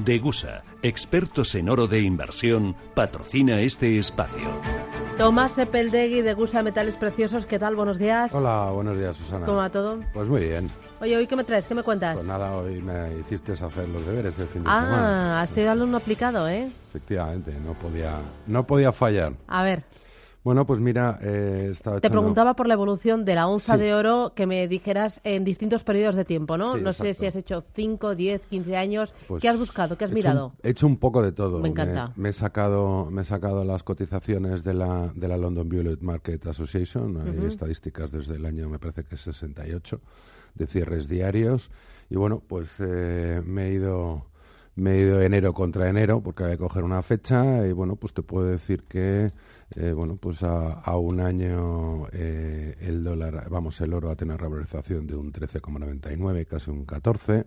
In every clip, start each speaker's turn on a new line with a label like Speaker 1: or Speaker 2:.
Speaker 1: Degusa, expertos en oro de inversión, patrocina este espacio.
Speaker 2: Tomás Epeldegui, Degusa Metales Preciosos, ¿qué tal? Buenos días.
Speaker 3: Hola, buenos días, Susana.
Speaker 2: ¿Cómo va todo?
Speaker 3: Pues muy bien.
Speaker 2: Oye, ¿hoy qué me traes? ¿Qué me cuentas?
Speaker 3: Pues nada, hoy me hiciste hacer los deberes el fin de semana.
Speaker 2: Ah, has sido alumno aplicado, ¿eh?
Speaker 3: Efectivamente, no podía fallar.
Speaker 2: A ver.
Speaker 3: Bueno, pues mira, estaba
Speaker 2: Te preguntaba por la evolución de la onza de oro, que me dijeras en distintos periodos de tiempo, ¿no?
Speaker 3: Sí,
Speaker 2: no sé
Speaker 3: exacto.
Speaker 2: si has hecho 5, 10, 15 años.
Speaker 3: Pues
Speaker 2: ¿Qué has buscado? ¿Qué has mirado?
Speaker 3: He hecho un poco de todo.
Speaker 2: Me encanta.
Speaker 3: Me he sacado las cotizaciones de la London Bullion Market Association. Hay estadísticas desde el año, me parece que es 68, de cierres diarios. Y bueno, pues me he ido enero contra enero porque había que coger una fecha y bueno, pues te puedo decir que pues a un año el oro va a tener revalorización de un 13,99, casi un 14.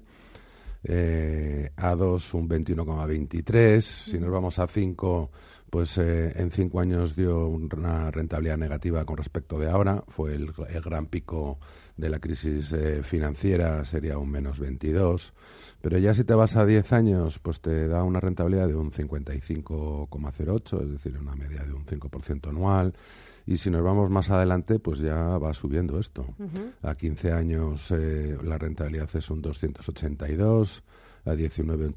Speaker 3: A 2 un 21,23. Si nos vamos a 5, pues en 5 años dio una rentabilidad negativa con respecto de ahora. Fue el gran pico de la crisis financiera, sería un menos 22. Pero ya si te vas a 10 años, pues te da una rentabilidad de un 55,08, es decir, una media de un 5% anual. Y si nos vamos más adelante, pues ya va subiendo esto. A 15 años la rentabilidad es un 282, a 19 un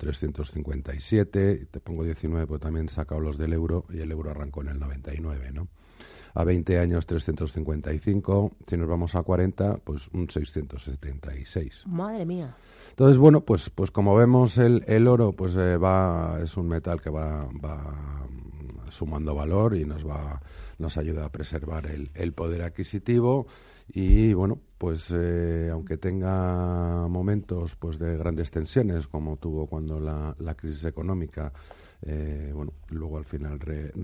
Speaker 3: 357. Te pongo 19 porque también he sacado los del euro y el euro arrancó en el 99, ¿no? A 20 años 355, si nos vamos a 40, pues un 676.
Speaker 2: Madre mía.
Speaker 3: Entonces, bueno, pues como vemos el oro pues es un metal que va sumando valor y nos ayuda a preservar el poder adquisitivo y bueno, pues aunque tenga momentos pues de grandes tensiones como tuvo cuando la crisis económica, luego al final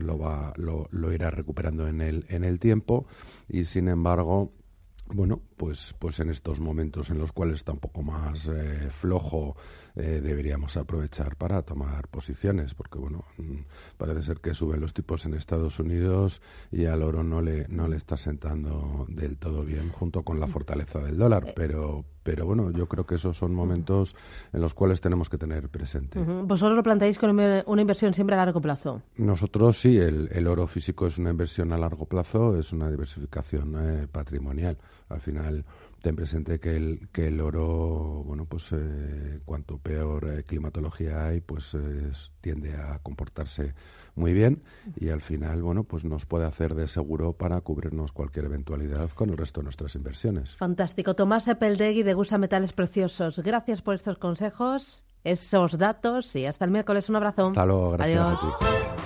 Speaker 3: lo irá recuperando en el tiempo y sin embargo, bueno, pues en estos momentos en los cuales está un poco más flojo, deberíamos aprovechar para tomar posiciones, porque bueno, parece ser que suben los tipos en Estados Unidos y al oro no le está sentando del todo bien, junto con la fortaleza del dólar, pero bueno, yo creo que esos son momentos en los cuales tenemos que tener presente.
Speaker 2: ¿Vosotros lo planteáis con una inversión siempre a largo plazo?
Speaker 3: Nosotros sí, el oro físico es una inversión a largo plazo, es una diversificación patrimonial. Al final, ten presente que el oro, bueno, pues cuanto peor climatología hay, pues tiende a comportarse muy bien y al final, bueno, pues nos puede hacer de seguro para cubrirnos cualquier eventualidad con el resto de nuestras inversiones.
Speaker 2: Fantástico. Tomás Epeldegui, Degusa Metales Preciosos. Gracias por estos consejos, esos datos y hasta el miércoles. Un abrazo.
Speaker 3: Hasta luego, gracias.
Speaker 2: Adiós.
Speaker 3: A ti.